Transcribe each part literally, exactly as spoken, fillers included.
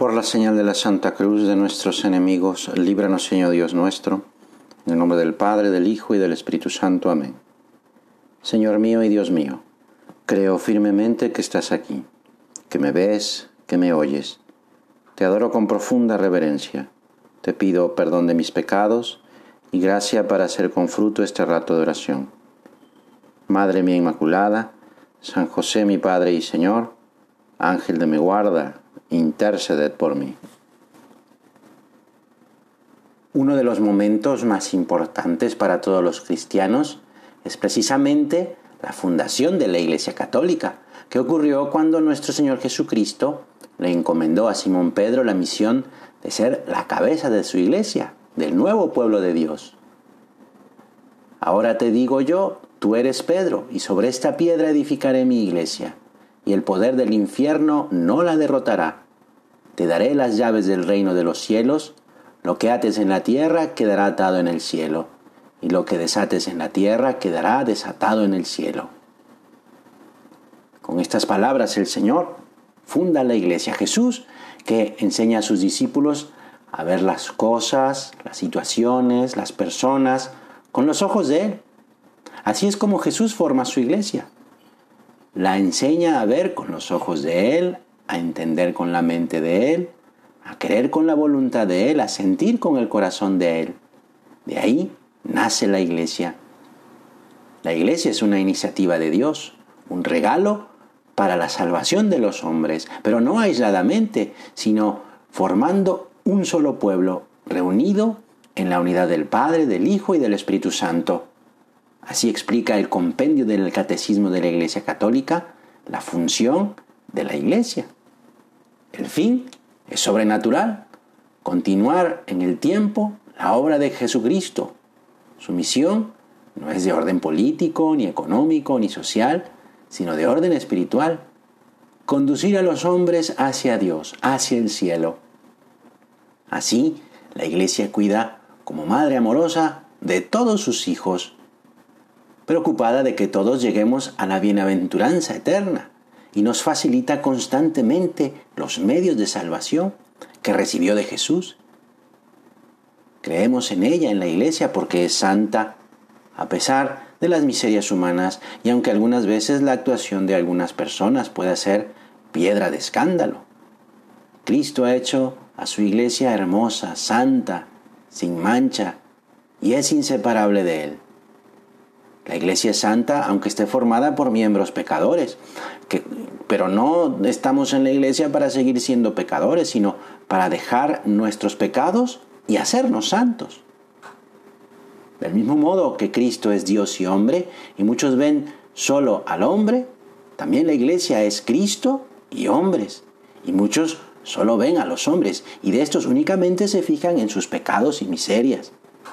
Por la señal de la Santa Cruz de nuestros enemigos, líbranos, Señor Dios nuestro, en el nombre del Padre, del Hijo y del Espíritu Santo. Amén. Señor mío y Dios mío, creo firmemente que estás aquí, que me ves, que me oyes. Te adoro con profunda reverencia. Te pido perdón de mis pecados y gracia para hacer con fruto este rato de oración. Madre mía Inmaculada, San José mi Padre y Señor, Ángel de mi guarda, interceded por mí. Uno de los momentos más importantes para todos los cristianos es precisamente la fundación de la Iglesia Católica, que ocurrió cuando nuestro Señor Jesucristo le encomendó a Simón Pedro la misión de ser la cabeza de su Iglesia, del nuevo pueblo de Dios. Ahora te digo yo, tú eres Pedro, y sobre esta piedra edificaré mi Iglesia, y el poder del infierno no la derrotará. Te daré las llaves del reino de los cielos. Lo que ates en la tierra quedará atado en el cielo, y lo que desates en la tierra quedará desatado en el cielo. Con estas palabras el Señor funda la Iglesia. Jesús, que enseña a sus discípulos a ver las cosas, las situaciones, las personas, con los ojos de Él. Así es como Jesús forma su Iglesia. La enseña a ver con los ojos de Él, a entender con la mente de Él, a creer con la voluntad de Él, a sentir con el corazón de Él. De ahí nace la Iglesia. La Iglesia es una iniciativa de Dios, un regalo para la salvación de los hombres, pero no aisladamente, sino formando un solo pueblo, reunido en la unidad del Padre, del Hijo y del Espíritu Santo. Así explica el compendio del Catecismo de la Iglesia Católica la función de la Iglesia. El fin es sobrenatural, continuar en el tiempo la obra de Jesucristo. Su misión no es de orden político, ni económico, ni social, sino de orden espiritual. Conducir a los hombres hacia Dios, hacia el cielo. Así, la Iglesia cuida como madre amorosa de todos sus hijos, preocupada de que todos lleguemos a la bienaventuranza eterna, y nos facilita constantemente los medios de salvación que recibió de Jesús. Creemos en ella, en la Iglesia, porque es santa, a pesar de las miserias humanas, y aunque algunas veces la actuación de algunas personas pueda ser piedra de escándalo. Cristo ha hecho a su Iglesia hermosa, santa, sin mancha, y es inseparable de Él. La Iglesia es santa aunque esté formada por miembros pecadores, que, pero no estamos en la Iglesia para seguir siendo pecadores, sino para dejar nuestros pecados y hacernos santos. Del mismo modo que Cristo es Dios y hombre, y muchos ven solo al hombre, también la Iglesia es Cristo y hombres, y muchos solo ven a los hombres, y de estos únicamente se fijan en sus pecados y miserias.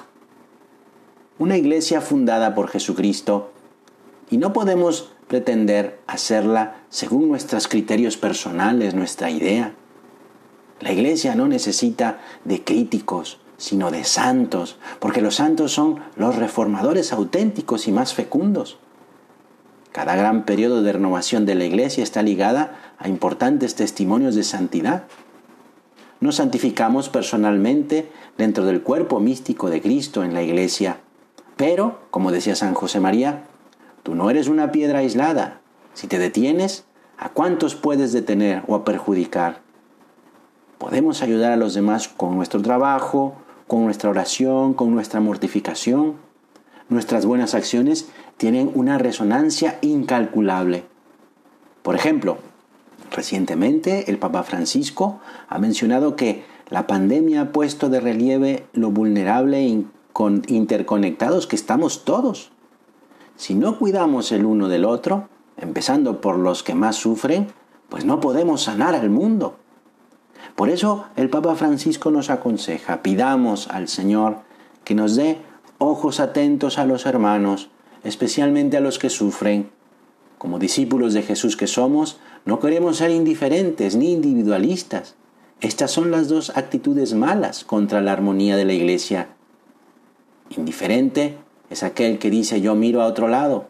Una Iglesia fundada por Jesucristo, y no podemos pretender hacerla según nuestros criterios personales, nuestra idea. La Iglesia no necesita de críticos, sino de santos, porque los santos son los reformadores auténticos y más fecundos. Cada gran periodo de renovación de la Iglesia está ligada a importantes testimonios de santidad. Nos santificamos personalmente dentro del cuerpo místico de Cristo en la Iglesia. Pero, como decía San José María, tú no eres una piedra aislada. Si te detienes, ¿a cuántos puedes detener o perjudicar? Podemos ayudar a los demás con nuestro trabajo, con nuestra oración, con nuestra mortificación. Nuestras buenas acciones tienen una resonancia incalculable. Por ejemplo, recientemente el Papa Francisco ha mencionado que la pandemia ha puesto de relieve lo vulnerable e interconectados que estamos todos. Si no cuidamos el uno del otro, empezando por los que más sufren, pues no podemos sanar al mundo. Por eso el Papa Francisco nos aconseja, pidamos al Señor que nos dé ojos atentos a los hermanos, especialmente a los que sufren. Como discípulos de Jesús que somos, no queremos ser indiferentes ni individualistas. Estas son las dos actitudes malas contra la armonía de la Iglesia. Indiferente es aquel que dice yo miro a otro lado.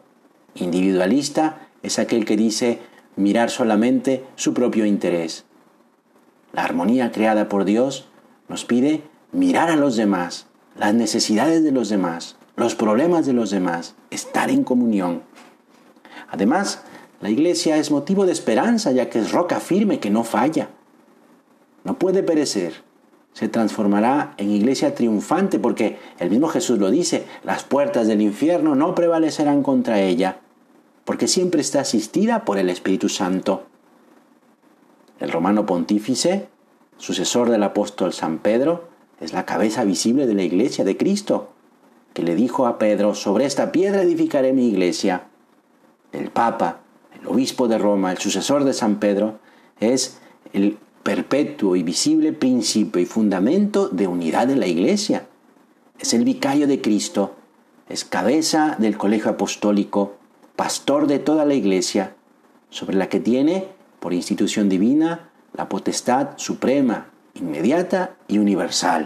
Individualista es aquel que dice mirar solamente su propio interés. la armonía creada por Dios, nos pide mirar a los demás, las necesidades de los demás, los problemas de los demás, estar en comunión. Además, la iglesia es motivo de esperanza, ya que es roca firme que no falla. No puede perecer. Se transformará en iglesia triunfante porque el mismo Jesús lo dice, las puertas del infierno no prevalecerán contra ella, porque siempre está asistida por el Espíritu Santo. El romano pontífice, sucesor del apóstol San Pedro, es la cabeza visible de la iglesia de Cristo, que le dijo a Pedro, sobre esta piedra edificaré mi iglesia. El Papa, el obispo de Roma, el sucesor de San Pedro, es el perpetuo y visible principio y fundamento de unidad de la iglesia. Es el vicario de Cristo, es cabeza del colegio apostólico, pastor de toda la iglesia, sobre la que tiene, por institución divina, la potestad suprema, inmediata y universal.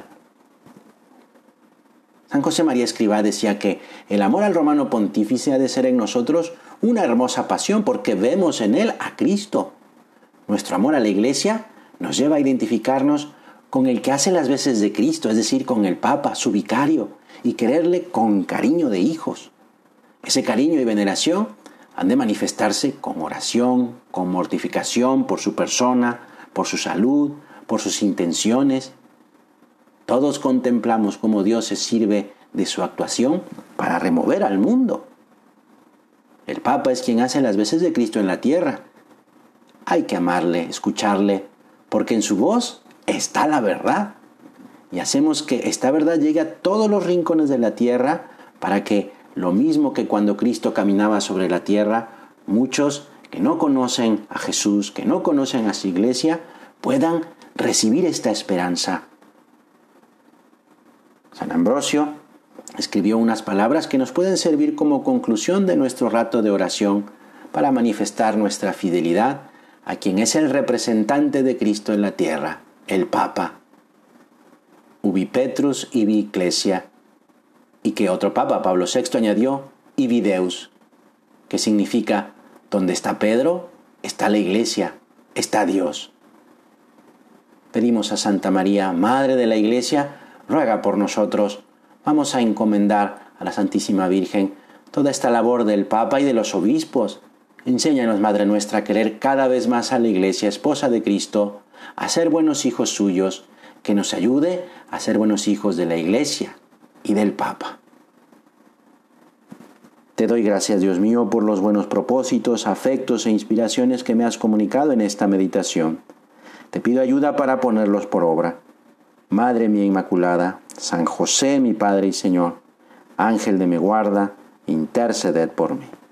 San José María Escrivá decía que el amor al romano pontífice ha de ser en nosotros una hermosa pasión porque vemos en él a Cristo. Nuestro amor a la iglesia nos lleva a identificarnos con el que hace las veces de Cristo, es decir, con el Papa, su vicario, y quererle con cariño de hijos. Ese cariño y veneración han de manifestarse con oración, con mortificación por su persona, por su salud, por sus intenciones. Todos contemplamos cómo Dios se sirve de su actuación para remover al mundo. El Papa es quien hace las veces de Cristo en la tierra. Hay que amarle, escucharle, porque en su voz está la verdad. Y hacemos que esta verdad llegue a todos los rincones de la tierra para que, lo mismo que cuando Cristo caminaba sobre la tierra, muchos que no conocen a Jesús, que no conocen a su iglesia, puedan recibir esta esperanza. San Ambrosio escribió unas palabras que nos pueden servir como conclusión de nuestro rato de oración para manifestar nuestra fidelidad a quien es el representante de Cristo en la tierra, el Papa. Ubi Petrus ibi Ecclesia, y que otro Papa, Pablo sexto, añadió, ibi Deus, que significa, donde está Pedro, está la iglesia, está Dios. Pedimos a Santa María, Madre de la Iglesia, ruega por nosotros. Vamos a encomendar a la Santísima Virgen toda esta labor del Papa y de los obispos. Enséñanos, Madre nuestra, a querer cada vez más a la Iglesia, esposa de Cristo, a ser buenos hijos suyos, que nos ayude a ser buenos hijos de la Iglesia y del Papa. Te doy gracias, Dios mío, por los buenos propósitos, afectos e inspiraciones que me has comunicado en esta meditación. Te pido ayuda para ponerlos por obra. Madre mía Inmaculada, San José, mi Padre y Señor, Ángel de mi guarda, interceded por mí.